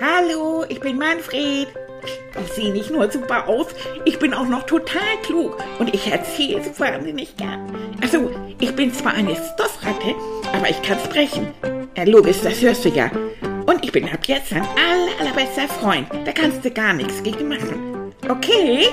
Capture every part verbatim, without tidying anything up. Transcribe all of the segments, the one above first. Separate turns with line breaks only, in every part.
Hallo, ich bin Manfred. Ich sehe nicht nur super aus, ich bin auch noch total klug und ich erzähle so wahnsinnig gern. Also, ich bin zwar eine Stoffratte, aber ich kann sprechen. Ja, logisch, das hörst du ja. Und ich bin ab jetzt dein aller, allerbester Freund. Da kannst du gar nichts gegen machen. Okay?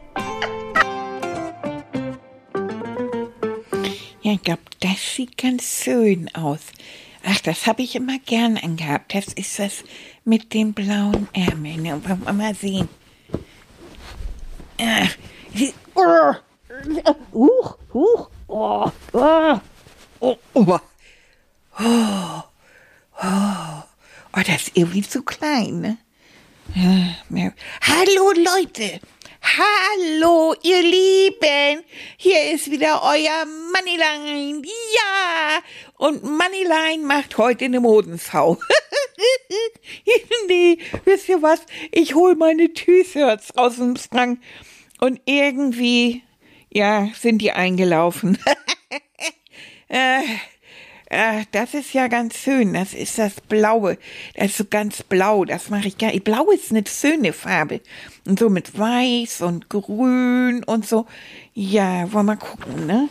Ja, ich glaube, das sieht ganz schön aus. Ach, das habe ich immer gern angehabt. Das ist das mit den blauen Ärmeln. Ja, wollen wir mal sehen. Ach, oh, huch, huch, oh, oh, oh, oh, oh, oh, das ist irgendwie zu klein, ne? Ja, hallo Leute, hallo ihr Lieben, hier ist wieder euer Moneyline, ja, und Moneyline macht heute eine Modenschau. Nee, wisst ihr was, ich hol meine T-Shirts aus dem Schrank und irgendwie, ja, sind die eingelaufen. äh, äh, das ist ja ganz schön, das ist das Blaue, das ist so ganz blau, das mache ich gerne. Blau ist eine schöne Farbe und so mit Weiß und Grün und so. Ja, wollen wir mal gucken, ne?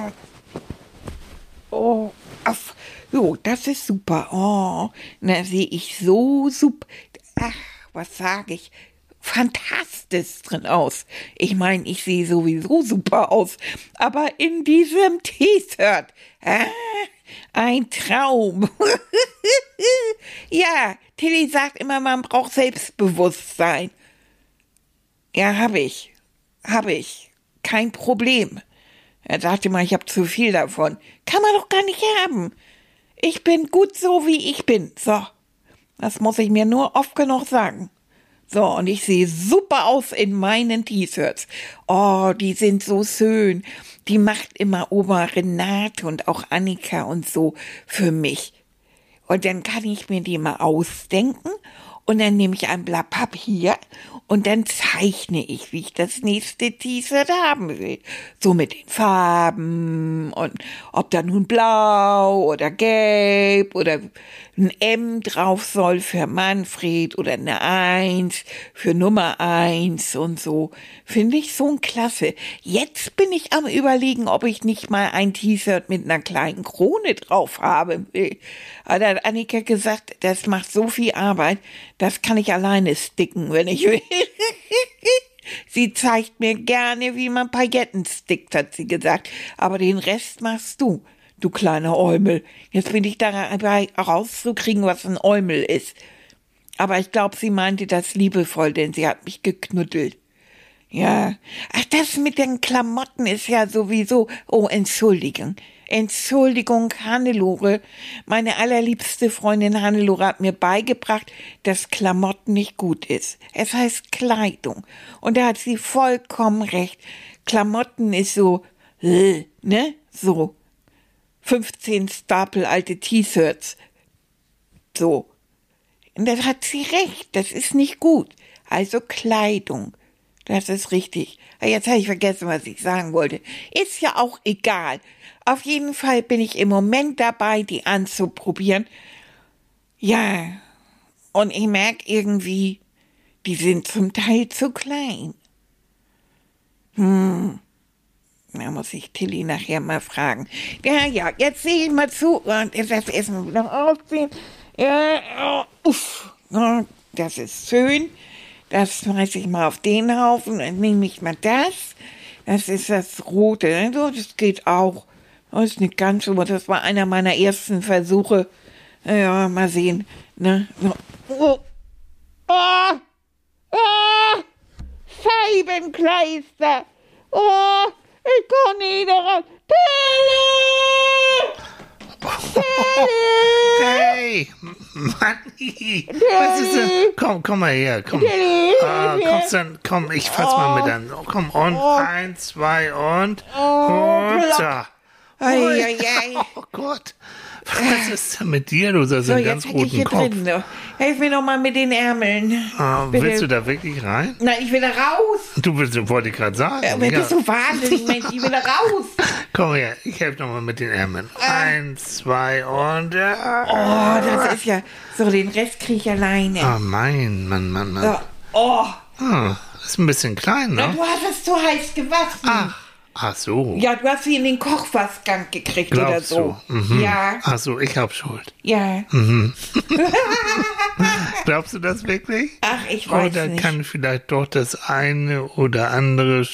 Oh, auf. Jo, das ist super. Oh, da sehe ich so super. Ach, was sage ich? Fantastisch drin aus. Ich meine, ich sehe sowieso super aus. Aber in diesem T-Shirt, ah, ein Traum. Ja, Tilly sagt immer, man braucht Selbstbewusstsein. Ja, habe ich. Habe ich. Kein Problem. Er sagte mal, ich habe zu viel davon. Kann man doch gar nicht haben. Ich bin gut so, wie ich bin. So, das muss ich mir nur oft genug sagen. So, und ich sehe super aus in meinen T-Shirts. Oh, die sind so schön. Die macht immer Oma Renate und auch Annika und so für mich. Und dann kann ich mir die mal ausdenken und dann nehme ich ein Blatt Papier und dann zeichne ich, wie ich das nächste T-Shirt haben will. So mit den Farben und ob da nun blau oder gelb oder ein M drauf soll für Manfred oder eine Eins für Nummer eins und so. Finde ich so klasse. Jetzt bin ich am Überlegen, ob ich nicht mal ein T-Shirt mit einer kleinen Krone drauf haben will. Aber da hat Annika gesagt, das macht so viel Arbeit, das kann ich alleine sticken, wenn ich will. Sie zeigt mir gerne, wie man Pailletten stickt, hat sie gesagt. Aber den Rest machst du, du kleiner Eumel. Jetzt bin ich dabei rauszukriegen, was ein Eumel ist. Aber ich glaube, sie meinte das liebevoll, denn sie hat mich geknuddelt. Ja, ach, das mit den Klamotten ist ja sowieso, oh, Entschuldigung. Entschuldigung, Hannelore. Meine allerliebste Freundin Hannelore hat mir beigebracht, dass Klamotten nicht gut ist. Es heißt Kleidung. Und da hat sie vollkommen recht. Klamotten ist so, äh, ne, so. fünfzehn Stapel alte T-Shirts. So. Und da hat sie recht, das ist nicht gut. Also Kleidung. Das ist richtig. Jetzt habe ich vergessen, was ich sagen wollte. Ist ja auch egal. Auf jeden Fall bin ich im Moment dabei, die anzuprobieren. Ja, und ich merke irgendwie, die sind zum Teil zu klein. Hm, da muss ich Tilly nachher mal fragen. Ja, ja, jetzt sehe ich mal zu und jetzt das Essen wieder aufziehen. Ja, oh, uff, das ist schön. Das schmeiße ich mal auf den Haufen, dann nehme ich mal das. Das ist das Rote, ne? So, das geht auch. Das ist nicht ganz so, das war einer meiner ersten Versuche. Ja, mal sehen. Ne? So. Oh. Oh. Oh. Scheibenkleister. Oh, ich kann nicht daran.
Hey, Manni, was ist denn? Komm, komm mal her, komm. Ah, kommst dann, komm, ich fass mal mit an. Komm, und eins, zwei und und da. Oh Gott, was ist denn mit dir? Du hast
so,
einen ganz roten Kopf.
Drin, so. Hilf mir noch mal mit den Ärmeln.
Ah, willst du da wirklich rein?
Nein, ich will da raus.
Du willst, wollte ich gerade sagen.
Ja, ja. Bist du wahnsinnig, Mensch, ich will da raus.
Komm her, ich helfe nochmal mit den Ärmeln. Eins, zwei und... Äh,
Oh, das ist ja... So, den Rest kriege ich alleine.
Oh, mein, Mann, Mann, Mann.
So. Oh,
Ah, ist ein bisschen klein,
na,
ne?
du hast es zu heiß gewaschen.
Ach, ach so.
Ja, du hast sie in den Kochwaschgang gekriegt oder
Glaubst
so.
du? Mhm.
Ja,
Ach so, ich hab Schuld.
ja.
Glaubst du das wirklich?
Ach, ich weiß
Oder
nicht.
kann vielleicht doch das eine oder andere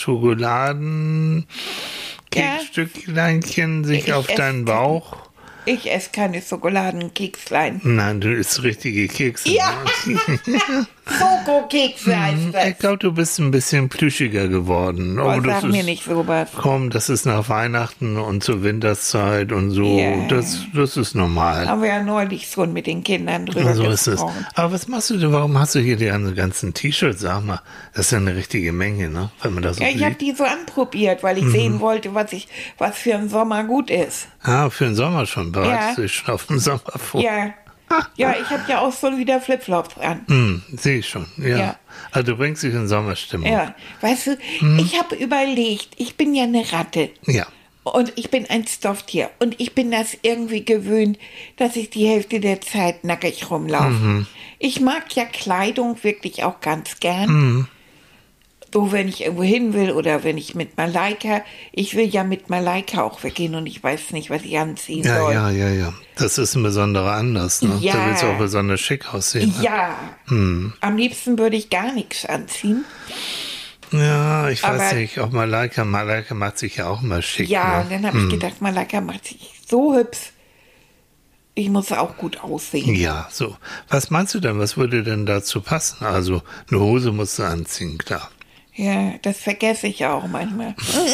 Schokoladenkeksstückleinchen sich
Ich
auf
esse
deinen Bauch...
Ich esse keine Schokoladenkekslein.
Nein, du isst richtige Kekse.
Ja.
Ne?
Schokokekse heißt das.
Ich glaube, du bist ein bisschen plüschiger geworden.
Oh,
das
sag mir
ist,
nicht sowas.
komm, das ist nach Weihnachten und zur Winterszeit und so.
Ja.
Das, das ist normal.
Haben wir ja neulich schon mit den Kindern drüber
So ist es.
gesprochen.
Aber was machst du denn? Warum hast du hier die ganzen T-Shirts? Sag mal, das ist ja eine richtige Menge, ne? Wenn man das so
Ja, ich habe
sieht.
die so anprobiert, weil ich
Mhm.
sehen wollte, was ich, was für einen Sommer gut ist.
Ah, für den Sommer schon. Bereitest
Ja.
du dich schon auf den Sommer vor?
Ja. Ja, ich habe ja auch schon wieder Flipflops an.
Hm, sehe ich schon. Ja.
Ja.
Also du bringst dich in Sommerstimmung.
Ja, weißt du,
Mhm.
ich habe überlegt, ich bin ja eine Ratte.
Ja.
Und ich bin ein Stofftier. Und ich bin das irgendwie gewöhnt, dass ich die Hälfte der Zeit nackig rumlaufe.
Mhm.
Ich mag ja Kleidung wirklich auch ganz gern. So, wenn ich irgendwo hin will oder wenn ich mit Malaika, ich will ja mit Malaika auch weggehen und ich weiß nicht, was ich anziehen
Ja,
soll.
ja, ja, ja. Das ist ein besonderer Anlass, ne?
Ja.
Da willst du auch besonders schick aussehen. Ne?
Ja,
Hm.
am liebsten würde ich gar nichts anziehen.
Ja, ich weiß
Aber-
nicht, auch Malaika, Malaika macht sich ja auch mal schick.
Ja,
ne?
und dann habe ich gedacht, Malaika macht sich so hübsch. Ich muss auch gut aussehen.
Ja, so. Was meinst du denn, was würde denn dazu passen? Also, eine Hose musst du anziehen, klar.
Ja, das vergesse ich auch manchmal.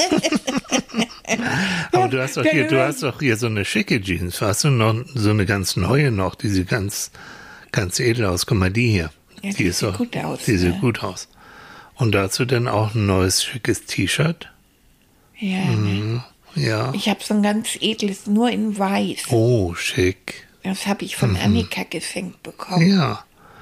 Aber du hast doch
dann
hier, du
hör
hast doch hier so eine schicke Jeans. Hast du noch so eine ganz neue noch, die sieht ganz, ganz edel aus. Guck mal, die hier.
Ja,
die
die
ist
sieht
doch,
gut aus,
Die sieht
ja.
gut aus. Und dazu dann auch ein neues schickes T-Shirt.
Ja,
Mhm.
ne?
Ja.
Ich habe so ein ganz edles, nur in weiß.
Oh, schick.
Das habe ich von Annika geschenkt bekommen.
Ja.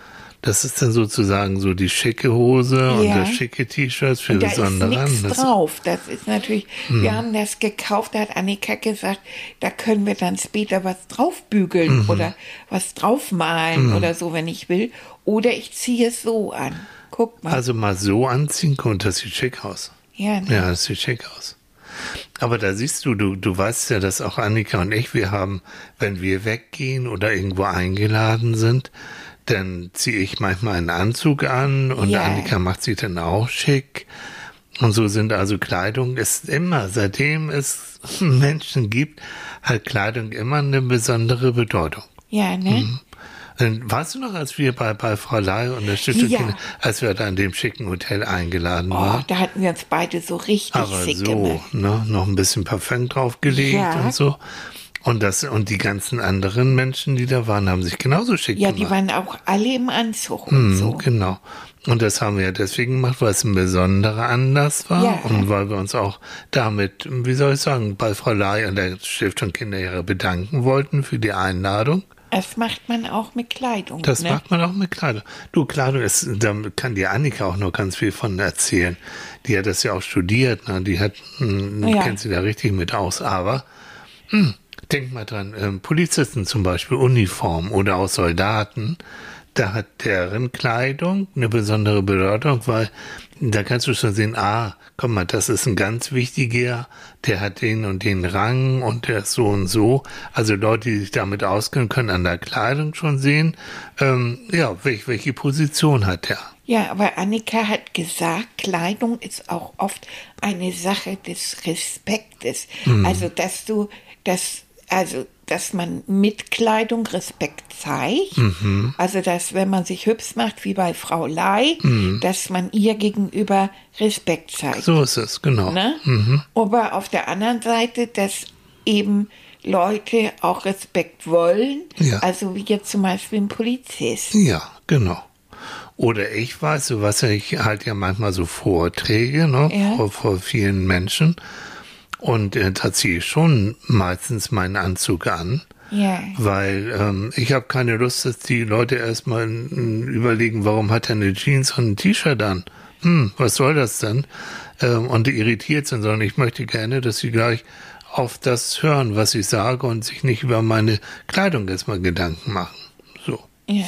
Das ist dann sozusagen so die schicke Hose und
Ja.
das schicke T-Shirt für
Und da ist
besondere
nichts
Anlässe.
drauf. Das ist natürlich, wir haben das gekauft, da hat Annika gesagt, da können wir dann später was draufbügeln oder was draufmalen oder so, wenn ich will. Oder ich ziehe es so an. Guck mal.
Also mal so anziehen, und das sieht schick aus.
ja, ne?
Ja, das sieht schick aus. Aber da siehst du, du, du weißt ja, dass auch Annika und ich, wir haben, wenn wir weggehen oder irgendwo eingeladen sind, dann ziehe ich manchmal einen Anzug an und
Ja.
Annika macht sich dann auch schick. Und so sind also Kleidung ist immer, seitdem es Menschen gibt, hat Kleidung immer eine besondere Bedeutung.
Ja, ne?
Und weißt du noch, als wir bei, bei Frau Ley und der Stiftung
Ja.
Kinder, als wir da in dem schicken Hotel eingeladen
Oh,
waren?
da hatten wir uns beide so richtig
Aber
schick
so,
gemacht.
ne, noch ein bisschen Parfum draufgelegt
Ja.
und so. Und das, und die ganzen anderen Menschen, die da waren, haben sich genauso schick
Ja,
gemacht.
die waren auch alle im Anzug und
Mhm,
so.
Genau. Und das haben wir ja deswegen gemacht, weil es ein besonderer Anlass war
Ja.
und weil wir uns auch damit, wie soll ich sagen, bei Frau Ley und der Stiftung Kinderjahre bedanken wollten für die Einladung.
Das macht man auch mit Kleidung.
Das
ne?
macht man auch mit Kleidung. Du, Kleidung ist, da kann dir Annika auch noch ganz viel von erzählen. Die hat das ja auch studiert, ne? Die hat, hm,
Ja.
kennt sie da richtig mit aus. Aber, hm, denk mal dran, ähm, Polizisten zum Beispiel, Uniform oder auch Soldaten, da hat deren Kleidung eine besondere Bedeutung, weil da kannst du schon sehen, ah, guck mal, das ist ein ganz wichtiger, der hat den und den Rang und der ist so und so. Also Leute, die sich damit auskennen, können an der Kleidung schon sehen, ähm, ja, welche, welche Position hat der.
Ja, aber Annika hat gesagt, Kleidung ist auch oft eine Sache des Respektes.
Mhm.
Also, dass du, dass, also, dass man mit Kleidung Respekt zeigt.
Mhm.
Also, dass, wenn man sich hübsch macht, wie bei Frau Ley,
Mhm.
dass man ihr gegenüber Respekt zeigt.
So ist es, genau.
Ne?
Mhm.
Aber auf der anderen Seite, dass eben Leute auch Respekt wollen.
Ja.
Also, wie jetzt zum Beispiel ein Polizist.
Ja, genau. Oder ich weiß, so was ich halt ja manchmal so Vorträge, ne,
Ja.
vor, vor vielen Menschen. Und äh, da ziehe ich schon meistens meinen Anzug an,
Ja.
weil ähm, ich habe keine Lust, dass die Leute erstmal mm, überlegen, warum hat er eine Jeans und ein T-Shirt an? Hm, was soll das denn? Ähm, und die irritiert sind, sondern ich möchte gerne, dass sie gleich auf das hören, was ich sage und sich nicht über meine Kleidung erstmal Gedanken machen. So.
Ja.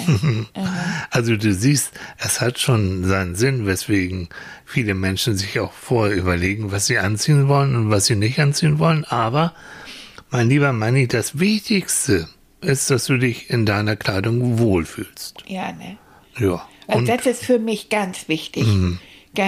Also du siehst, es hat schon seinen Sinn, weswegen viele Menschen sich auch vorher überlegen, was sie anziehen wollen und was sie nicht anziehen wollen. Aber, mein lieber Manni, das Wichtigste ist, dass du dich in deiner Kleidung wohlfühlst.
Ja, ne?
Ja.
Also
Und
das ist für mich ganz wichtig. Mhm.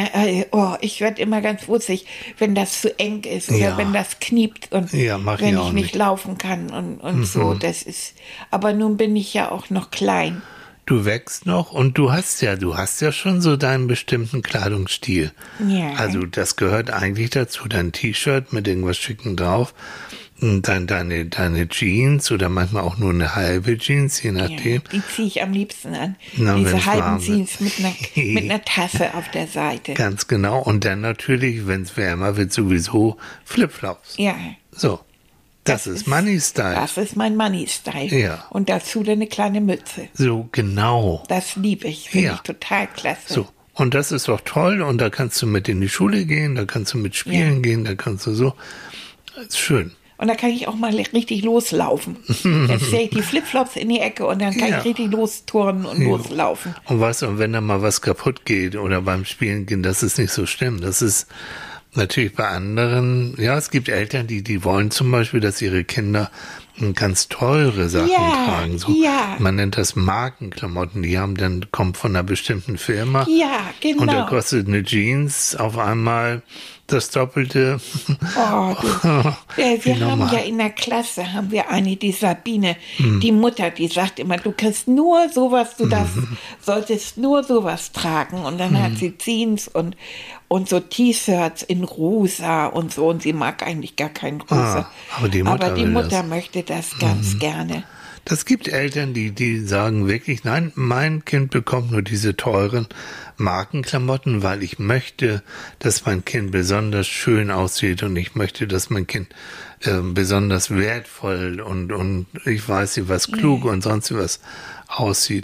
Oh, ich werde immer ganz wutzig, wenn das zu eng ist oder
Ja.
wenn das kniept und
Ja, mach
wenn
ich
ich
auch
nicht,
nicht.
laufen kann und, und mhm. so. Das ist. Aber nun bin ich ja auch noch klein.
Du wächst noch und du hast ja, du hast ja schon so deinen bestimmten Kleidungsstil.
Ja.
Also das gehört eigentlich dazu, dein T-Shirt mit irgendwas Schicken drauf, dann deine, deine Jeans oder manchmal auch nur eine halbe Jeans, je nachdem.
Ja, die ziehe ich am liebsten an.
Na,
Diese
wenn's warm
halben
wird.
Jeans mit einer, mit einer Tasse auf der Seite.
Ganz genau. Und dann natürlich, wenn es wärmer wird, sowieso Flipflops.
Ja.
So. Das, das ist Money-Style.
Das ist mein Money-Style.
Ja.
Und dazu dann eine kleine Mütze.
So, genau.
Das liebe ich. Finde
Ja.
ich total klasse.
So. Und das ist doch toll. Und da kannst du mit in die Schule gehen, da kannst du mit spielen
Ja.
gehen, da kannst du so. Das ist schön.
Und da kann ich auch mal richtig loslaufen. Dann stelle ich die Flipflops in die Ecke und dann kann
Ja.
ich richtig losturnen und
Ja.
loslaufen.
Und weißt du, und wenn da mal was kaputt geht oder beim Spielen gehen, das ist nicht so schlimm. Das ist natürlich bei anderen, ja, es gibt Eltern, die, die wollen zum Beispiel, dass ihre Kinder ganz teure Sachen
Ja,
tragen. So,
ja.
Man nennt das Markenklamotten. Die haben dann, kommt von einer bestimmten Firma.
Ja, genau.
Und da kostet eine Jeans auf einmal das Doppelte.
Oh, du, äh,
Wie
wir haben
normal.
ja in der Klasse, haben wir eine, die Sabine, die Mutter, die sagt immer, du kriegst nur sowas, du darfst, solltest nur sowas tragen. Und dann hat sie Jeans und, und so T-Shirts in rosa und so. Und sie mag eigentlich gar keinen rosa.
Ah, aber die Mutter
aber die
will
Mutter
das.
möchte das ganz gerne.
Das gibt Eltern, die, die sagen wirklich, nein, mein Kind bekommt nur diese teuren Markenklamotten, weil ich möchte, dass mein Kind besonders schön aussieht und ich möchte, dass mein Kind äh, besonders wertvoll und, und ich weiß nicht was, klug und sonst was aussieht.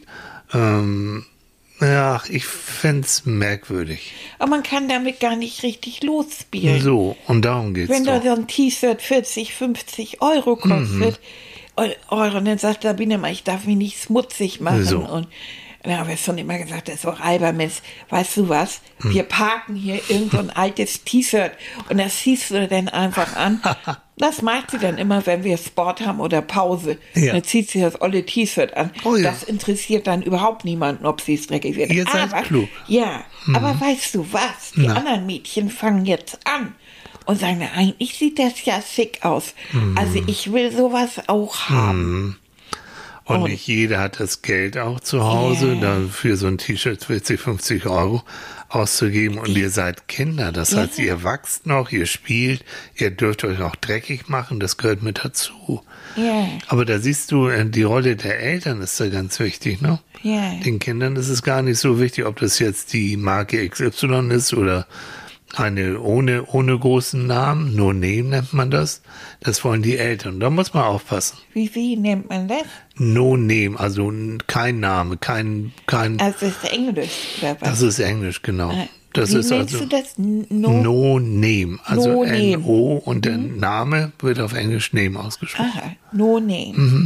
Ähm, ja, ich fänd's merkwürdig.
Aber man kann damit gar nicht richtig losspielen.
So, und darum geht's
Wenn da
doch.
so ein T-Shirt vierzig, fünfzig Euro kostet, Euro, und dann sagt Sabine mal, ich darf mich nicht schmutzig machen.
So.
Und dann haben wir schon immer gesagt, das ist auch albern, Mensch, weißt du was, wir parken hier irgend so ein altes T-Shirt und das ziehst du dann einfach an. Das macht sie dann immer, wenn wir Sport haben oder Pause.
Ja.
Dann zieht sie das olle T-Shirt an.
Oh ja.
Das interessiert dann überhaupt niemanden, ob sie es dreckig wird.
Ihr seid
aber,
klug.
Ja, aber weißt du was, die
Na.
anderen Mädchen fangen jetzt an und sagen, na, eigentlich sieht das ja schick aus. Also ich will sowas auch haben.
Und
Und-
nicht jeder hat das Geld auch zu Hause,
Ja.
da für so ein T-Shirt vierzig, fünfzig Euro auszugeben. Und ihr seid Kinder, das
Ja.
heißt, ihr wachst noch, ihr spielt, ihr dürft euch auch dreckig machen, das gehört mit dazu.
Ja,
Aber da siehst du, äh, die Rolle der Eltern ist da ganz wichtig, ne?
ja.
Den Kindern ist es gar nicht so wichtig, ob das jetzt die Marke X Y ist oder eine ohne, ohne großen Namen, No Name nennt man das. Das wollen die Eltern. Da muss man aufpassen.
Wie, wie nennt man das?
No Name, also kein Name, kein, kein,
Also das ist Englisch, oder was?
das ist Englisch, genau. Das
wie
ist
nennst
also
du das? No?
No Name, also
No Name.
N O und der Name wird auf Englisch Name ausgesprochen.
Aha, no name.
Mhm.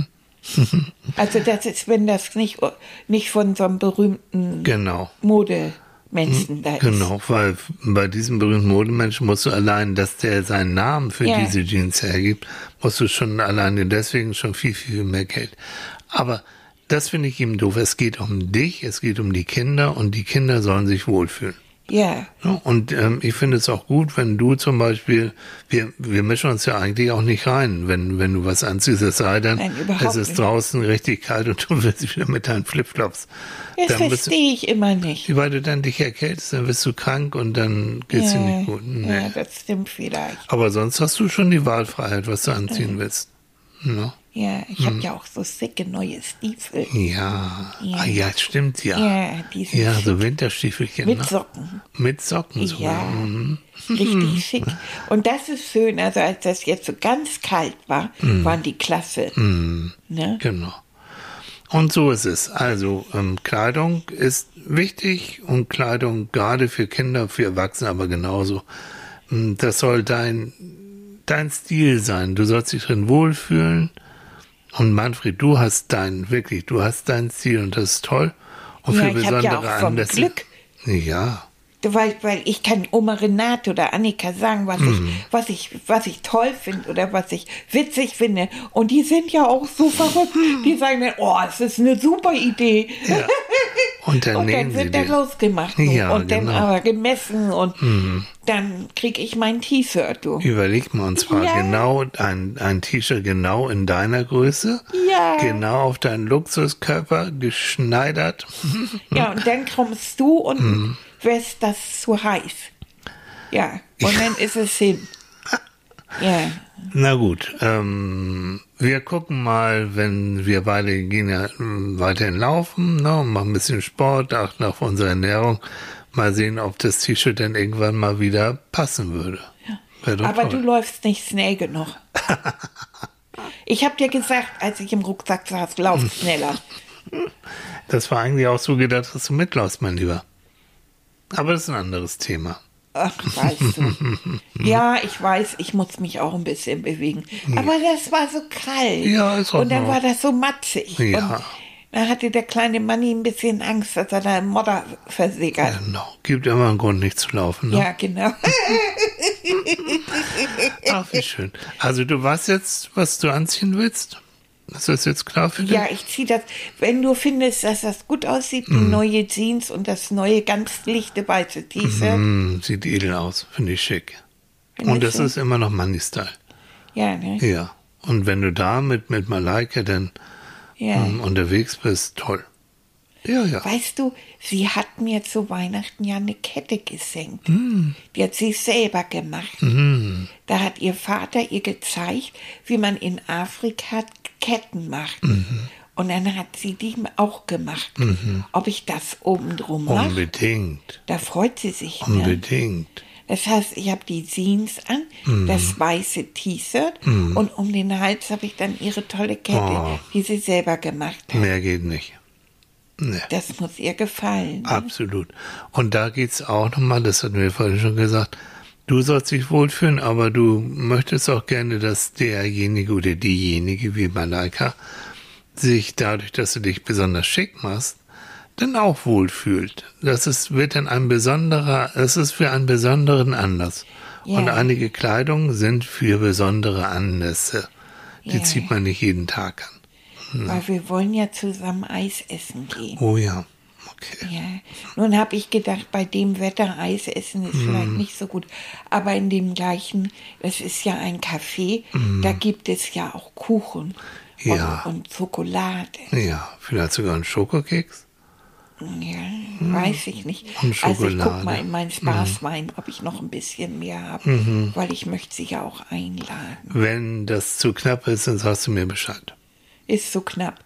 Also das ist, wenn das nicht, nicht von so einem berühmten
Genau.
Modemenschen da ist.
Genau, weil bei diesem berühmten Modemenschen musst du allein, dass der seinen Namen für
Ja.
diese Jeans hergibt, musst du schon alleine deswegen schon viel, viel mehr Geld. Aber das finde ich eben doof. Es geht um dich, es geht um die Kinder und die Kinder sollen sich wohlfühlen.
Ja,
Ja, und ähm, ich finde es auch gut, wenn du zum Beispiel, wir, wir mischen uns ja eigentlich auch nicht rein, wenn, wenn du was anziehst, es sei denn,
Nein, überhaupt
es ist
nicht.
draußen richtig kalt und du willst wieder mit deinen Flipflops.
das
Dann bist du,
verstehe ich immer nicht.
weil du dann dich erkältest, dann wirst du krank und dann geht's dir
Ja,
nicht gut. Nee.
ja, das stimmt vielleicht.
Aber sonst hast du schon die Wahlfreiheit, was du anziehen willst. Ja,
Ja, ich habe ja auch so sicke neue Stiefel.
ja.
Ja.
Ah, ja stimmt, ja.
Ja, die sind
Ja,
schick.
so Winterstiefelchen.
Mit
ne?
Socken.
Mit Socken sogar.
Ja,
Mhm.
richtig schick. Und das ist schön, also als das jetzt so ganz kalt war,
Mhm.
waren die klasse. Ne?
Genau. Und so ist es. Also ähm, Kleidung ist wichtig und Kleidung gerade für Kinder, für Erwachsene aber genauso. Ähm, Das soll dein dein Stil sein. Du sollst dich drin wohlfühlen. Und Manfred, du hast deinen, wirklich, du hast deinen Stil und das ist toll. Und
Ja,
für
ich hab
besondere
ja auch vom
Anlässe.
Glück.
Ja.
Weil, weil ich kann Oma Renate oder Annika sagen, was ich, was ich, was ich toll finde oder was ich witzig finde. Und die sind ja auch so verrückt. Die sagen dann, oh, es ist eine super Idee.
Ja. Und dann,
Und dann
nehmen sie
wird da
dir.
losgemacht.
Ja,
und dann
genau.
aber gemessen und dann krieg ich mein T-Shirt, du.
Überleg mal, und zwar
Ja.
genau ein, ein T-Shirt genau in deiner Größe.
Ja.
Genau auf deinen Luxuskörper geschneidert.
Ja, und dann kommst du und wirst das zu heiß. Ja, und dann ist es hin. Ja.
Na gut, ähm, wir gucken mal, wenn wir beide gehen ja ähm, weiterhin laufen, ne, und machen ein bisschen Sport, achten auf unsere Ernährung. Mal sehen, ob das T-Shirt dann irgendwann mal wieder passen würde. Wäre doch
Aber
toll.
du läufst nicht schnell genug. Ich hab dir gesagt, als ich im Rucksack saß, lauf schneller.
Das war eigentlich auch so gedacht, dass du mitläufst, mein Lieber. Aber das ist ein anderes Thema.
Ach, weißt du. Ja, ich weiß, ich muss mich auch ein bisschen bewegen. Aber das war so kalt.
Ja, ist auch
Und dann
noch.
war das so matschig.
Ja.
Und da hatte der kleine Manni ein bisschen Angst, dass er da im Modder versickert.
Genau. Gibt immer einen Grund, nicht zu laufen. Ne?
Ja, genau.
Ach, wie schön. Also du weißt jetzt, was du anziehen willst? Ist das jetzt klar für dich?
Ja, ich zieh das. Wenn du findest, dass das gut aussieht, die neue Jeans und das neue ganz lichte weiße T-Shirt.
Hm, sieht edel aus. Finde ich schick.
Findest
Und das
du?
ist immer noch Money-Style.
Ja, ne?
Ja. Und wenn du da mit, mit Malaika dann
Ja.
ähm, unterwegs bist, toll. Ja, ja.
Weißt du, sie hat mir zu Weihnachten ja eine Kette geschenkt. Die hat sie selber gemacht. Da hat ihr Vater ihr gezeigt, wie man in Afrika Ketten macht. Und dann hat sie die auch gemacht. Ob ich das oben drum mache,
Unbedingt.
da freut sie sich. Ne?
Unbedingt.
Das heißt, ich habe die Jeans an, das weiße T-Shirt und um den Hals habe ich dann ihre tolle Kette,
Oh.
die sie selber gemacht hat.
Mehr geht nicht. Nee.
Das muss ihr gefallen. Ne?
Absolut. Und da geht's auch nochmal, das hatten wir vorhin schon gesagt, du sollst dich wohlfühlen, aber du möchtest auch gerne, dass derjenige oder diejenige wie Malaika sich dadurch, dass du dich besonders schick machst, dann auch wohlfühlt. Das ist, wird dann ein besonderer, es ist für einen besonderen Anlass.
Ja.
Und einige Kleidung sind für besondere Anlässe. Die
Ja.
zieht man nicht jeden Tag an.
Weil wir wollen ja zusammen Eis essen gehen.
Oh ja, okay.
Ja. Nun habe ich gedacht, bei dem Wetter Eis essen ist vielleicht nicht so gut. Aber in dem gleichen, das ist ja ein Café, da gibt es ja auch Kuchen
Ja.
und, und Schokolade.
Ja, vielleicht sogar ein Schokokeks.
Ja, weiß ich nicht.
Und
Also ich guck
Schokolade.
mal in meinen Spaßwein, ob ich noch ein bisschen mehr habe, weil ich möchte sie ja auch einladen.
Wenn das zu knapp ist, dann sagst du mir Bescheid.
Ist so knapp.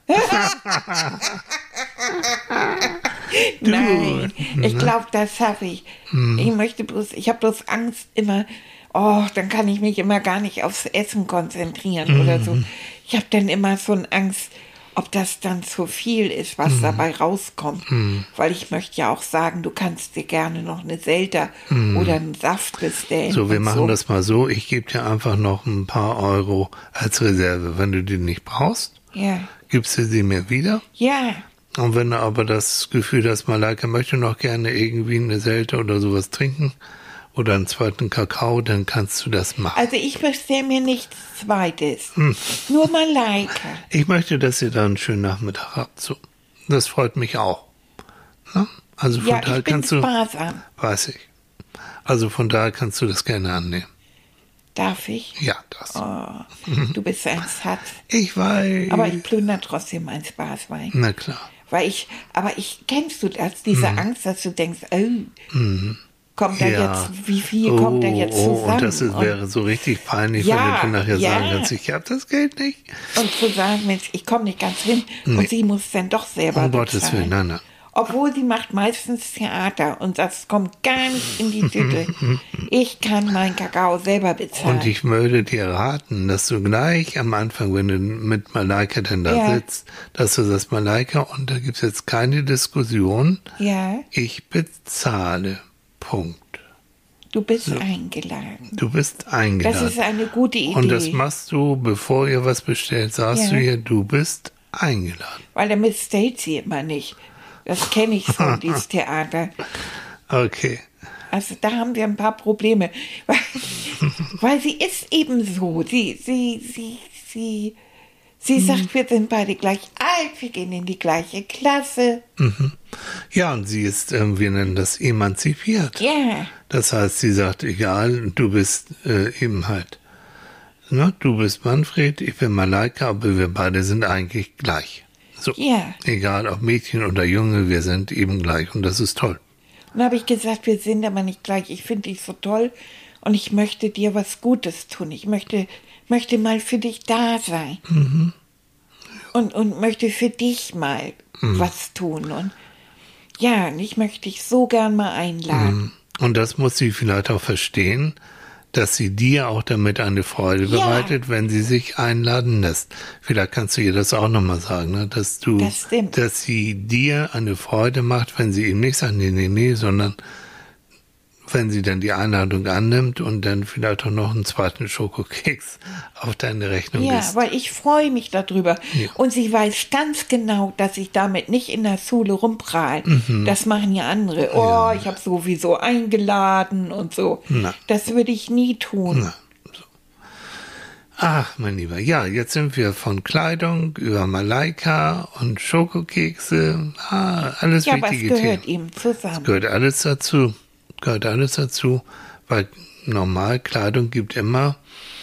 Nein, ich glaube, das habe ich. Ich möchte bloß, ich habe bloß Angst immer, oh, dann kann ich mich immer gar nicht aufs Essen konzentrieren oder so. Ich habe dann immer so eine Angst, ob das dann zu viel ist, was dabei rauskommt. Weil ich möchte ja auch sagen, du kannst dir gerne noch eine Selter oder einen Saft bestellen.
So, wir
und
machen
so.
das mal so. Ich gebe dir einfach noch ein paar Euro als Reserve. Wenn du die nicht brauchst,
Ja,
gibst du sie mir wieder.
ja,
Und wenn du aber das Gefühl hast, Malaika möchte noch gerne irgendwie eine Selte oder sowas trinken oder einen zweiten Kakao, dann kannst du das machen.
also ich bestelle mir nichts Zweites.
Hm.
Nur Malaika.
Ich möchte, dass ihr da einen schönen Nachmittag habt. So, das freut mich auch. Ne? Also von
Ja,
daher
ich bin
kannst du,
sparsam.
weiß ich. Also von daher kannst du das gerne annehmen.
Darf ich?
Ja, das.
Oh, du bist ein Schatz.
Ich weiß.
Aber ich plündere trotzdem mein Spaßwein.
Na klar.
Weil ich, aber ich, kennst du das, diese Angst, dass du denkst, oh, kommt da
Mhm. Ja.
jetzt, wie viel kommt da jetzt
oh,
zusammen?
Und das ist, wäre so richtig peinlich,
Ja,
wenn du dann nachher
ja.
sagen kannst, ich habe das Geld nicht.
und zu sagen, Mensch, ich komme nicht ganz hin und sie muss dann doch selber
Um Gottes
bezahlen.
Willen, nein, nein.
Obwohl sie macht meistens Theater und das kommt gar nicht in die Tüte. Ich kann meinen Kakao selber bezahlen.
Und ich würde dir raten, dass du gleich am Anfang, wenn du mit Malaika dann da
Ja.
sitzt, dass du sagst, Malaika, und da gibt es jetzt keine Diskussion,
ja,
ich bezahle. Punkt.
Du bist
So.
eingeladen.
Du bist eingeladen.
Das ist eine gute Idee.
Und das machst du, bevor ihr was bestellt, sagst
Ja.
du ihr, du bist eingeladen.
Weil damit stellt sie immer nicht. Das kenne ich so, dieses Theater.
Okay.
Also da haben wir ein paar Probleme. Weil, weil sie ist eben so. Sie, sie, sie, sie, sie
Mhm.
sagt, wir sind beide gleich alt, wir gehen in die gleiche Klasse.
Mhm. Ja, und sie ist, ähm, wir nennen das emanzipiert.
Ja,
Das heißt, sie sagt, egal, du bist äh, eben halt, ne, du bist Manfred, ich bin Malaika, aber wir beide sind eigentlich gleich. So,
ja.
egal ob Mädchen oder Junge, wir sind eben gleich und das ist toll.
Und dann habe ich gesagt, wir sind aber nicht gleich. Ich finde dich so toll und ich möchte dir was Gutes tun. Ich möchte, möchte mal für dich da sein.
Mhm.
Und, und möchte für dich mal
Mhm.
was tun. Und ja, und ich möchte dich so gern mal einladen.
Und das muss sie vielleicht auch verstehen, dass sie dir auch damit eine Freude
Ja.
bereitet, wenn sie sich einladen lässt. Vielleicht kannst du ihr das auch nochmal sagen, ne? dass du,
Das stimmt.
dass sie dir eine Freude macht, wenn sie ihm nicht sagt, nee, nee, nee, sondern wenn sie dann die Einladung annimmt und dann vielleicht auch noch einen zweiten Schokokeks auf deine Rechnung
Ja,
isst.
weil ich freue mich darüber.
Ja.
Und sie weiß ganz genau, dass ich damit nicht in der Schule rumprahle.
Mhm.
Das machen ja andere. Oh, ich habe sowieso eingeladen und so.
Na.
Das würde ich nie tun.
Na, so. Ach, mein Lieber, ja, jetzt sind wir von Kleidung über Malaika und Schokokekse, ah, alles
Ja, aber es
wichtige
gehört
Themen.
ihm zusammen.
Gehört alles dazu, gehört alles dazu, weil normal Kleidung gibt immer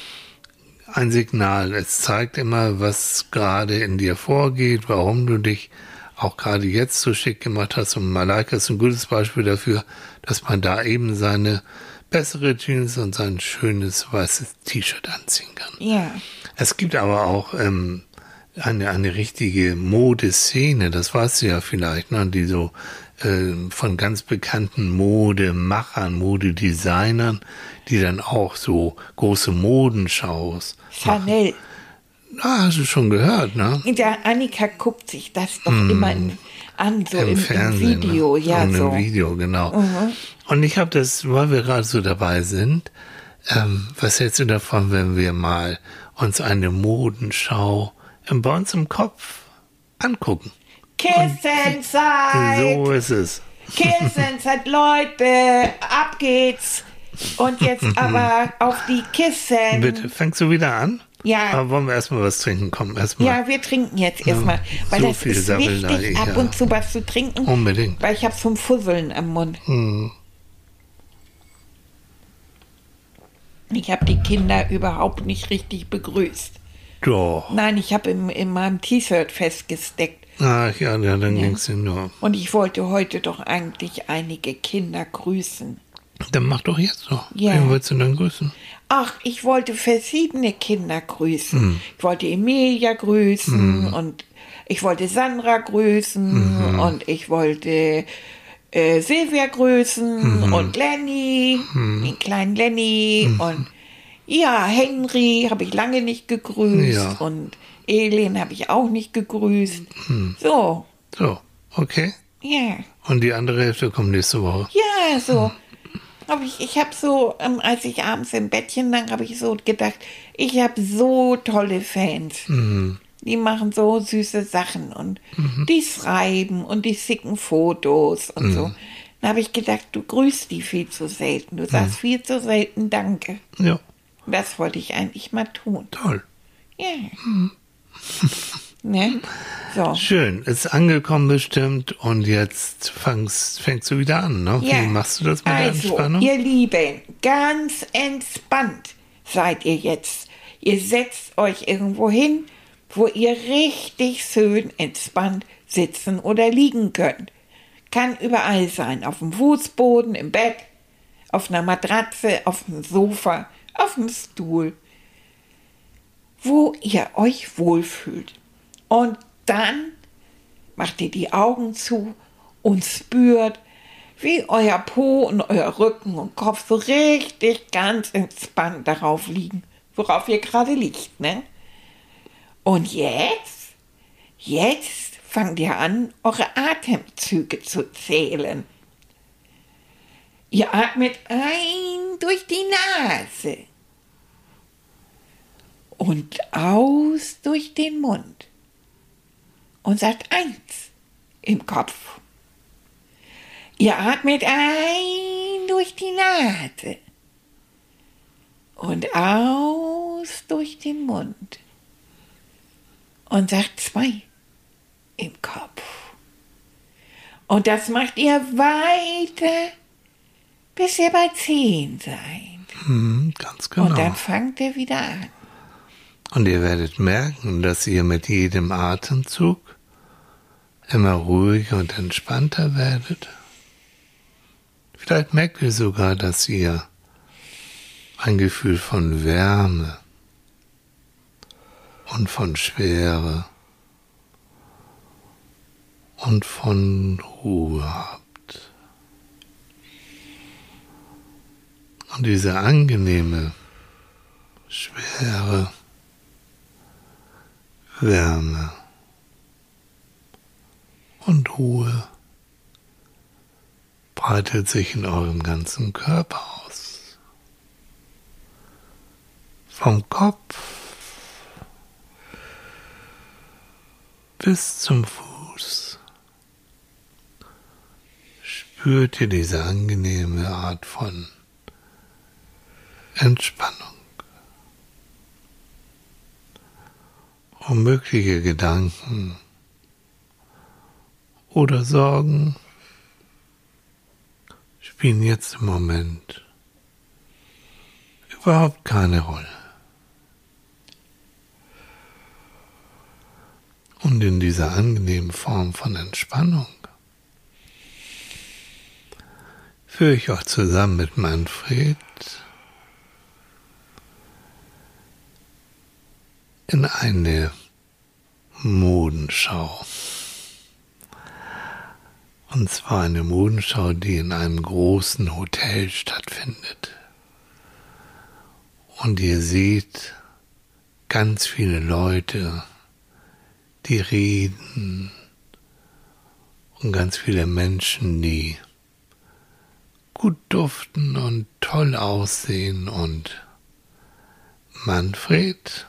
ein Signal. Es zeigt immer, was gerade in dir vorgeht, warum du dich auch gerade jetzt so schick gemacht hast. Und Malaika ist ein gutes Beispiel dafür, dass man da eben seine bessere Jeans und sein schönes weißes T-Shirt anziehen kann.
Ja,
Es gibt aber auch ähm, eine, eine richtige Modeszene, das weißt du ja vielleicht, ne, die so äh, von ganz bekannten Modemachern, Modedesignern, die dann auch so große Modenshows machen.
Chanel.
Ah, hast du schon gehört, ne?
Der Annika guckt sich das doch immer in, an, so im,
Im
im
Fernsehen.
Video.
Ne?
Ja,
Und
so.
im Video, genau.
Mhm.
Und ich habe das, weil wir gerade so dabei sind, ähm, was hältst du davon, wenn wir mal uns eine Modenschau ähm, bei uns im Kopf angucken?
Kissenzeit!
So ist es.
Kissenzeit, Leute, ab geht's. Und jetzt aber auf die Kissen.
Bitte, fängst du wieder an?
Ja.
Aber wollen wir erstmal was trinken? Komm, erstmal.
Ja, wir trinken jetzt erstmal, weil
so
das
viel
ist
Sabbelei,
wichtig, ab
ja.
und zu was zu trinken,
Unbedingt.
weil ich habe so ein Fusseln am Mund.
Hm.
Ich habe die Kinder überhaupt nicht richtig begrüßt.
Doch.
Nein, ich habe in, in meinem T-Shirt festgesteckt.
Ach ja, ja dann
Ja.
ging's ihm nur.
Und ich wollte heute doch eigentlich einige Kinder grüßen.
Dann mach doch jetzt doch.
Ja.
Wen willst du dann grüßen?
Ach, ich wollte verschiedene Kinder grüßen. Ich wollte Emilia grüßen und ich wollte Sandra grüßen und ich wollte äh, Silvia grüßen und Lenny, den kleinen Lenny und ja, Henry habe ich lange nicht gegrüßt
Ja.
und Elin habe ich auch nicht gegrüßt. So,
So, okay.
ja.
Und die andere Hälfte kommt nächste Woche.
Ja, so. Hab ich ich habe so, ähm, als ich abends im Bettchen lag, habe ich so gedacht, ich habe so tolle Fans. Die machen so süße Sachen und die schreiben und die schicken Fotos und so. Dann habe ich gedacht, du grüßt die viel zu selten. Du sagst viel zu selten Danke.
Ja,
Das wollte ich eigentlich mal tun.
toll.
Ja. Ne? So.
Schön, ist angekommen bestimmt und jetzt fängst, fängst du wieder an, ne?
Ja.
Wie machst du das mit der
Also,
Entspannung?
ihr Lieben, ganz entspannt seid ihr jetzt. Ihr setzt euch irgendwo hin, wo ihr richtig schön entspannt sitzen oder liegen könnt. Kann überall sein, auf dem Fußboden, im Bett, auf einer Matratze, auf dem Sofa, auf dem Stuhl, wo ihr euch wohlfühlt. Und dann macht ihr die Augen zu und spürt, wie euer Po und euer Rücken und Kopf so richtig ganz entspannt darauf liegen, worauf ihr gerade liegt, ne? Und jetzt, jetzt fangt ihr an, eure Atemzüge zu zählen. Ihr atmet ein durch die Nase und aus durch den Mund und sagt eins im Kopf. Ihr atmet ein durch die Nase und aus durch den Mund und sagt zwei im Kopf. Und das macht ihr weiter, bis ihr bei zehn seid.
Hm, ganz genau.
Und dann fangt ihr wieder an.
Und ihr werdet merken, dass ihr mit jedem Atemzug immer ruhiger und entspannter werdet. Vielleicht merkt ihr sogar, dass ihr ein Gefühl von Wärme und von Schwere und von Ruhe habt. Und diese angenehme Schwere, Wärme und Ruhe breitet sich in eurem ganzen Körper aus. Vom Kopf bis zum Fuß spürt ihr diese angenehme Art von Entspannung. Unmögliche Gedanken oder Sorgen spielen jetzt im Moment überhaupt keine Rolle. Und in dieser angenehmen Form von Entspannung führe ich euch zusammen mit Manfred in eine Modenschau. Und zwar eine Modenschau, die in einem großen Hotel stattfindet. Und ihr seht ganz viele Leute, die reden, und ganz viele Menschen, die gut duften und toll aussehen. Und Manfred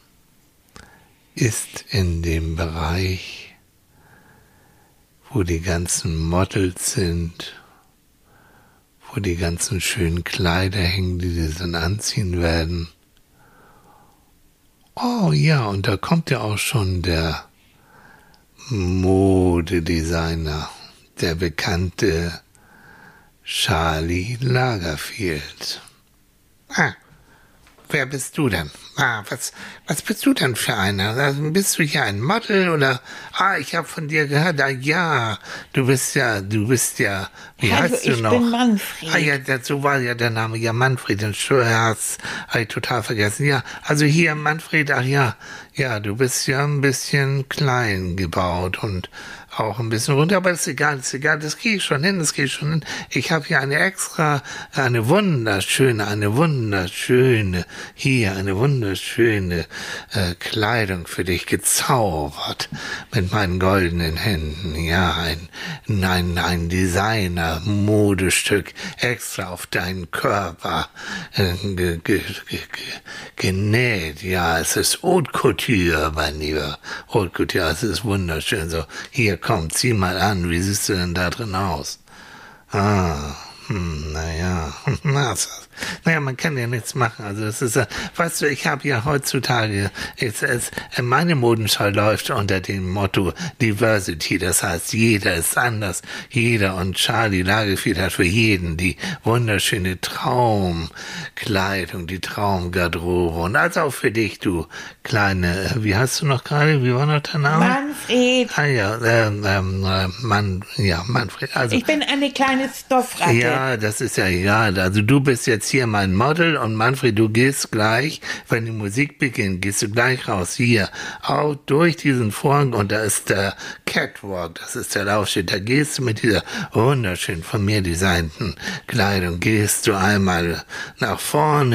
ist in dem Bereich, wo die ganzen Models sind, wo die ganzen schönen Kleider hängen, die sie dann anziehen werden. Oh ja, und da kommt ja auch schon der Modedesigner, der bekannte Charlie Lagerfeld. Ah, wer bist du denn? Ah, was, was bist du denn für einer? Also, bist du hier ein Model oder? Ah, ich habe von dir gehört. Ah, ja, du bist ja, du bist ja. Wie
Hallo,
heißt du
ich
noch?
bin Manfred.
Ah ja, dazu war ja der Name ja Manfred. Den Steuerherz habe ich total vergessen. Ja, also hier Manfred. Ach ja, ja, du bist ja ein bisschen klein gebaut und auch ein bisschen runter, aber das ist egal, das ist egal, das gehe ich schon hin, das gehe ich schon hin. Ich habe hier eine extra, eine wunderschöne, eine wunderschöne, hier eine wunderschöne äh, Kleidung für dich gezaubert mit meinen goldenen Händen. Ja, ein, ein, ein Designer-Modestück extra auf deinen Körper äh, ge, ge, ge, genäht. Ja, es ist Haute Couture, mein Lieber. Haute Couture, es ist wunderschön. So, hier, komm, zieh mal an, wie siehst du denn da drin aus? Ah, hm, naja, naja, man kann ja nichts machen. Also das ist, weißt du, ich habe ja heutzutage, es, es, meine Modenschau läuft unter dem Motto Diversity. Das heißt, jeder ist anders, jeder, und Charlie Lagerfeld hat für jeden die wunderschöne Traumkleidung, die Traumgarderobe, und also auch für dich, du kleine, wie heißt du noch gerade, wie war noch dein Name?
Manfred.
Ah ja, ähm, ähm, Mann, ja, Manfred. Also,
ich bin eine kleine Stoffratte.
ja, das ist ja egal. Also du bist jetzt hier mein Model, und Manfred, du gehst gleich, wenn die Musik beginnt, gehst du gleich raus, hier, auch durch diesen Vorhang, und da ist der Catwalk, das ist der Laufsteg, da gehst du mit dieser wunderschön von mir designten Kleidung, gehst du einmal nach vorne,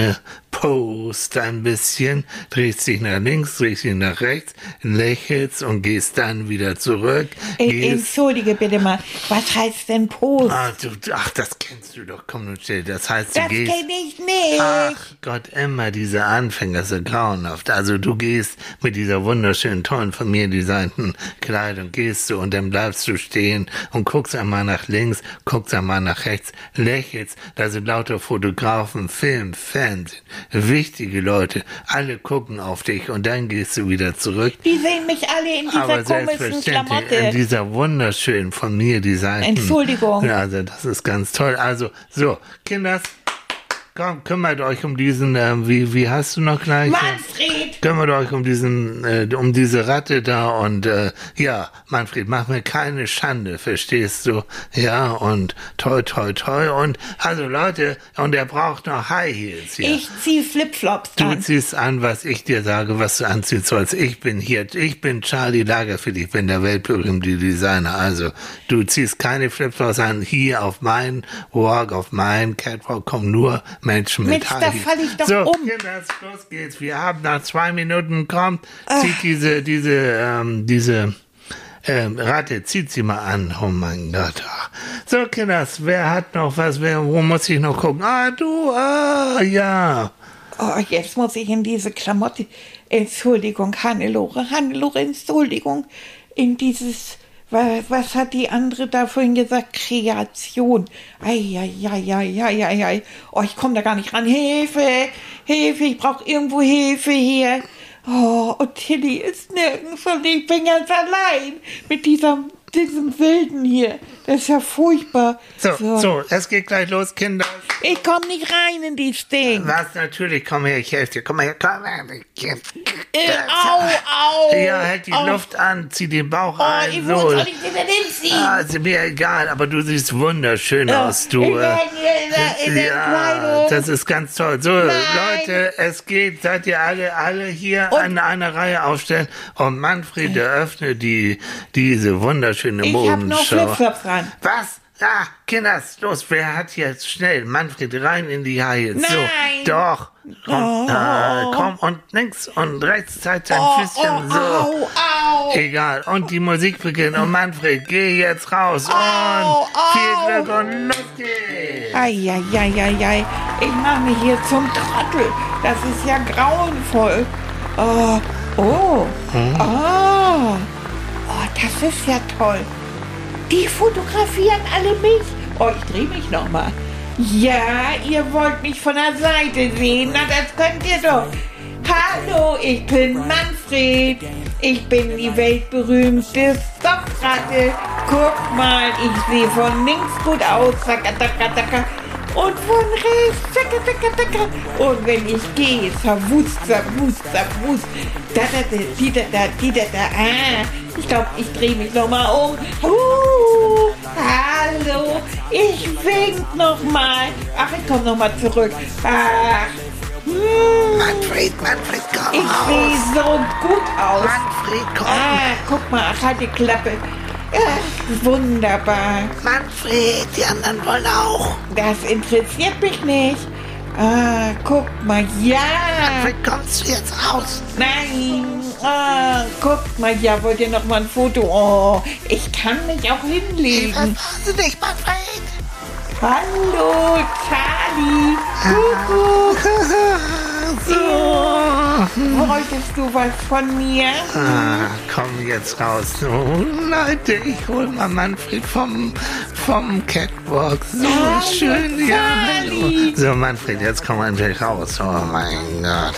post ein bisschen, drehst dich nach links, drehst dich nach rechts, lächelst und gehst dann wieder zurück.
Äh, Entschuldige bitte mal, was heißt denn Post?
Ach, du, ach, das kennst du doch, komm nun still. Das heißt, du
das
gehst...
Das kenn ich nicht.
Ach Gott, immer diese Anfänger, so grauenhaft. Also du gehst mit dieser wunderschönen, tollen, von mir designten Kleidung, gehst du und dann bleibst du stehen und guckst einmal nach links, guckst einmal nach rechts, lächelst. Da sind lauter Fotografen, Film, Fans, wichtige Leute. Alle gucken auf dich und dann gehst du wieder zurück.
Die sehen mich alle in dieser
Aber
komischen Klamotte.
In dieser wunderschönen, von mir designten...
Entschuldigung.
Ja, also das ist ganz toll. Also, so, Kinders... Komm, kümmert euch um diesen, äh, wie, wie heißt du noch gleich?
Manfred!
Kümmert euch um diesen, äh, um diese Ratte da und, äh, ja, Manfred, mach mir keine Schande, verstehst du? Ja, und toi, toi, toi und, also Leute, und er braucht noch High Heels hier.
Ich zieh Flipflops
Du
an.
ziehst an, was ich dir sage, was du anziehen sollst. Ich bin hier, ich bin Charlie Lagerfeld, ich bin der weltberühmte Designer. Also, du ziehst keine Flipflops an, hier auf meinen Walk, auf meinen Catwalk kommen nur Menschen mit
Mensch, da fall ich doch
so,
um.
Kinders, los geht's. Wir haben nach zwei Minuten, kommt, zieht diese, diese, ähm, diese, ähm, Ratte, zieht sie mal an. Oh mein Gott. So, Kinders, wer hat noch was? Wer, wo muss ich noch gucken? Ah, du, ah, ja.
Oh, jetzt muss ich in diese Klamotte. Entschuldigung, Hannelore, Hannelore, Entschuldigung. In dieses... Was, was hat die andere da vorhin gesagt? Kreation. Eieieiei. Oh, ich komme da gar nicht ran. Hilfe, Hilfe, ich brauche irgendwo Hilfe hier. Oh, und Tilly ist nirgends und ich bin ganz allein mit dieser, diesem Wilden hier. Das ist ja furchtbar.
So, so, so, es geht gleich los, Kinder.
Ich komme nicht rein in die Ding.
Was, natürlich, komm her, ich helfe dir. Komm her, komm her.
Äh, au, au.
Ja, halt die
au.
Luft an, zieh den Bauch
Oh,
ein.
ich
So.
muss doch nicht wieder hinziehen.
Ah, ist mir egal, aber du siehst wunderschön
Ja,
aus, du.
in
äh,
der- in der- in der
ja,
Kleidung.
das ist ganz toll. So,
Nein.
Leute, es geht, seid ihr alle, alle hier
Und-
an einer Reihe aufstellen und Manfred eröffnet die, diese wunderschöne
Ich hab noch
Modenschau.
Flipflops dran.
Was? Ah, Kinders, los, wer hat jetzt schnell Manfred rein in die Haie? So,
Nein.
doch. Komm,
Oh.
äh, komm und links und rechts zeigt sein
Oh,
Füßchen
oh,
so.
au, au.
Egal, und die Musik beginnt und Manfred, geh jetzt raus
Au,
und
au.
viel Glück und los geht's.
Eieieiei, ich mache mich hier zum Trottel. Das ist ja grauenvoll. Oh, oh, oh, oh, das ist ja toll. Die fotografieren alle mich. Oh, ich drehe mich nochmal. Ja, ihr wollt mich von der Seite sehen. Na, das könnt ihr doch. Hallo, ich bin Manfred. Ich bin die weltberühmte Stopfratte. Guck mal, ich sehe von links gut aus. Zacka, zacka, zacka. Und von rechts. Zacka, zacka, zacka. Und wenn ich gehe, zerwust, zerwust, zerwust. Da, da, da, die, da, da, die, da, da. Ah, ich glaube, ich drehe mich nochmal um. Uh, hallo, ich wink nochmal. Ach, ich komme nochmal zurück. Ach, hm.
Manfred, Manfred, komm
Ich sehe
raus.
so gut aus.
Manfred, komm.
Ah, guck mal, ach, halt die Klappe. Ach, wunderbar.
Manfred, die anderen wollen auch.
Das interessiert mich nicht. Ah, guck mal, ja.
Manfred, kommst du jetzt raus?
Nein. Ah, guck mal, ja, wollt ihr noch mal ein Foto? Oh, ich kann mich auch hinlegen.
Was du nicht, Manfred?
Hallo, Charlie. Kuckuck.
So.
Wolltest du was von mir?
Ah, komm jetzt raus. Oh, Leute, ich hol mal Manfred vom, vom Catwalk. So
Hallo,
schön, ja.
Charlie.
Hallo. So, Manfred, jetzt komm endlich raus. Oh mein Gott.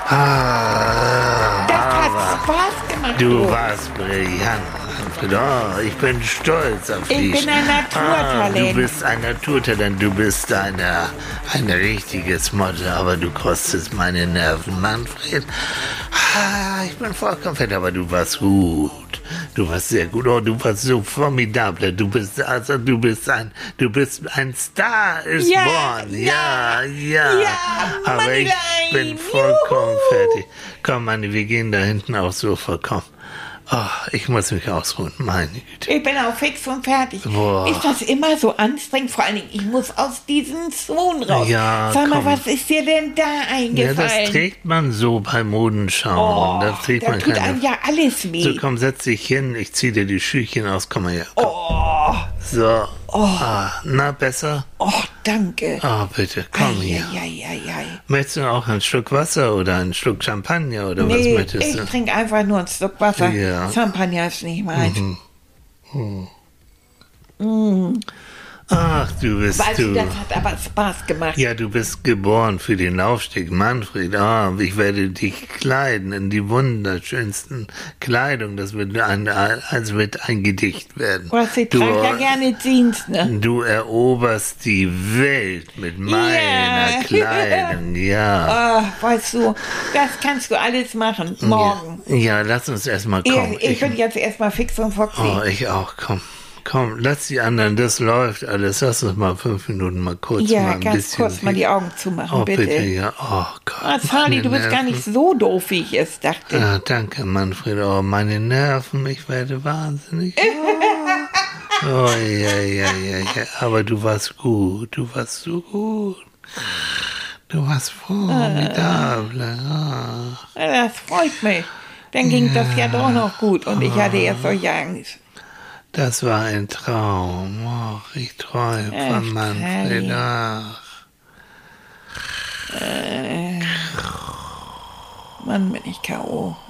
Ah,
Das hat
aber
Spaß gemacht.
du warst brillant, Manfred. Oh, ich bin stolz auf
Ich
dich.
bin ein Naturtalent.
Ah, du bist ein Naturtalent. Du bist eine, ein richtiges Model, aber du kostest meine Nerven, Manfred. Ah, ich bin vollkommen fett, aber du warst gut. Du warst sehr gut. Oh, du warst so formidabel. Du bist, also du bist ein, du bist ein Star ist
Ja,
born. Ja, ja.
ja,
aber ich
Mannlein.
bin vollkommen
Juhu.
fertig. Komm, Manni, wir gehen da hinten aufs Sofa. Komm. Ach, ich muss mich ausruhen, meine Güte.
Ich bin auch fix und fertig.
Boah.
Ist das immer so anstrengend? Vor allen Dingen, ich muss aus diesem Swoon raus.
Ja,
Sag mal,
komm.
was ist dir denn da
Ja,
eingefallen?
das trägt man so bei Modenschauen.
Oh,
da trägt
da
man
tut
keine...
einem ja alles weh.
So, komm, setz dich hin, ich zieh dir die Schüchchen aus, komm mal her. Komm.
Oh,
So, ah, na, besser?
oh, danke.
Ah, bitte, komm hier.
Eieieiei.
Möchtest du auch einen Schluck Wasser oder einen Schluck Champagner oder was
Nee,
möchtest
ich
du?
trinke einfach nur ein Stück Wasser.
Ja.
Champagner ist nicht meins.
Ach, du bist
Weißt du,
du.
das hat aber Spaß gemacht.
Ja, du bist geboren für den Laufsteg, Manfred. Ah, ich werde dich kleiden in die wunderschönsten Kleidung. Das wird ein, als wird ein Gedicht werden.
Was, ich
Du,
trage ja gerne Jeans, ne?
du eroberst die Welt mit meiner
Ja.
Kleidung, ja.
Ah, weißt du, das kannst du alles machen, morgen.
Ja, ja, lass uns erstmal kommen.
Ich, ich bin jetzt erstmal fix und foxy.
oh, ich auch, komm. Komm, lass die anderen, das läuft alles. Lass uns mal fünf Minuten mal kurz
ja,
mal ein
ganz
bisschen...
kurz mal die Augen zumachen,
Oh,
bitte.
bitte, ja. Oh Gott.
Ah, Charlie,
meine
du bist gar nicht
Nerven.
so doof, wie ich es dachte.
Ah, danke, Manfred. Oh, meine Nerven, ich werde wahnsinnig. Oh, oh ja, ja, ja, ja. Aber du warst gut, du warst so gut. Du warst formidable. Ah.
Das freut mich. Dann ging das ja doch noch gut und ich hatte erst solche Angst.
Das war ein Traum. Ach, ich träume
Ach,
von Manfred.
Charlie.
Ach.
Mann, bin ich K O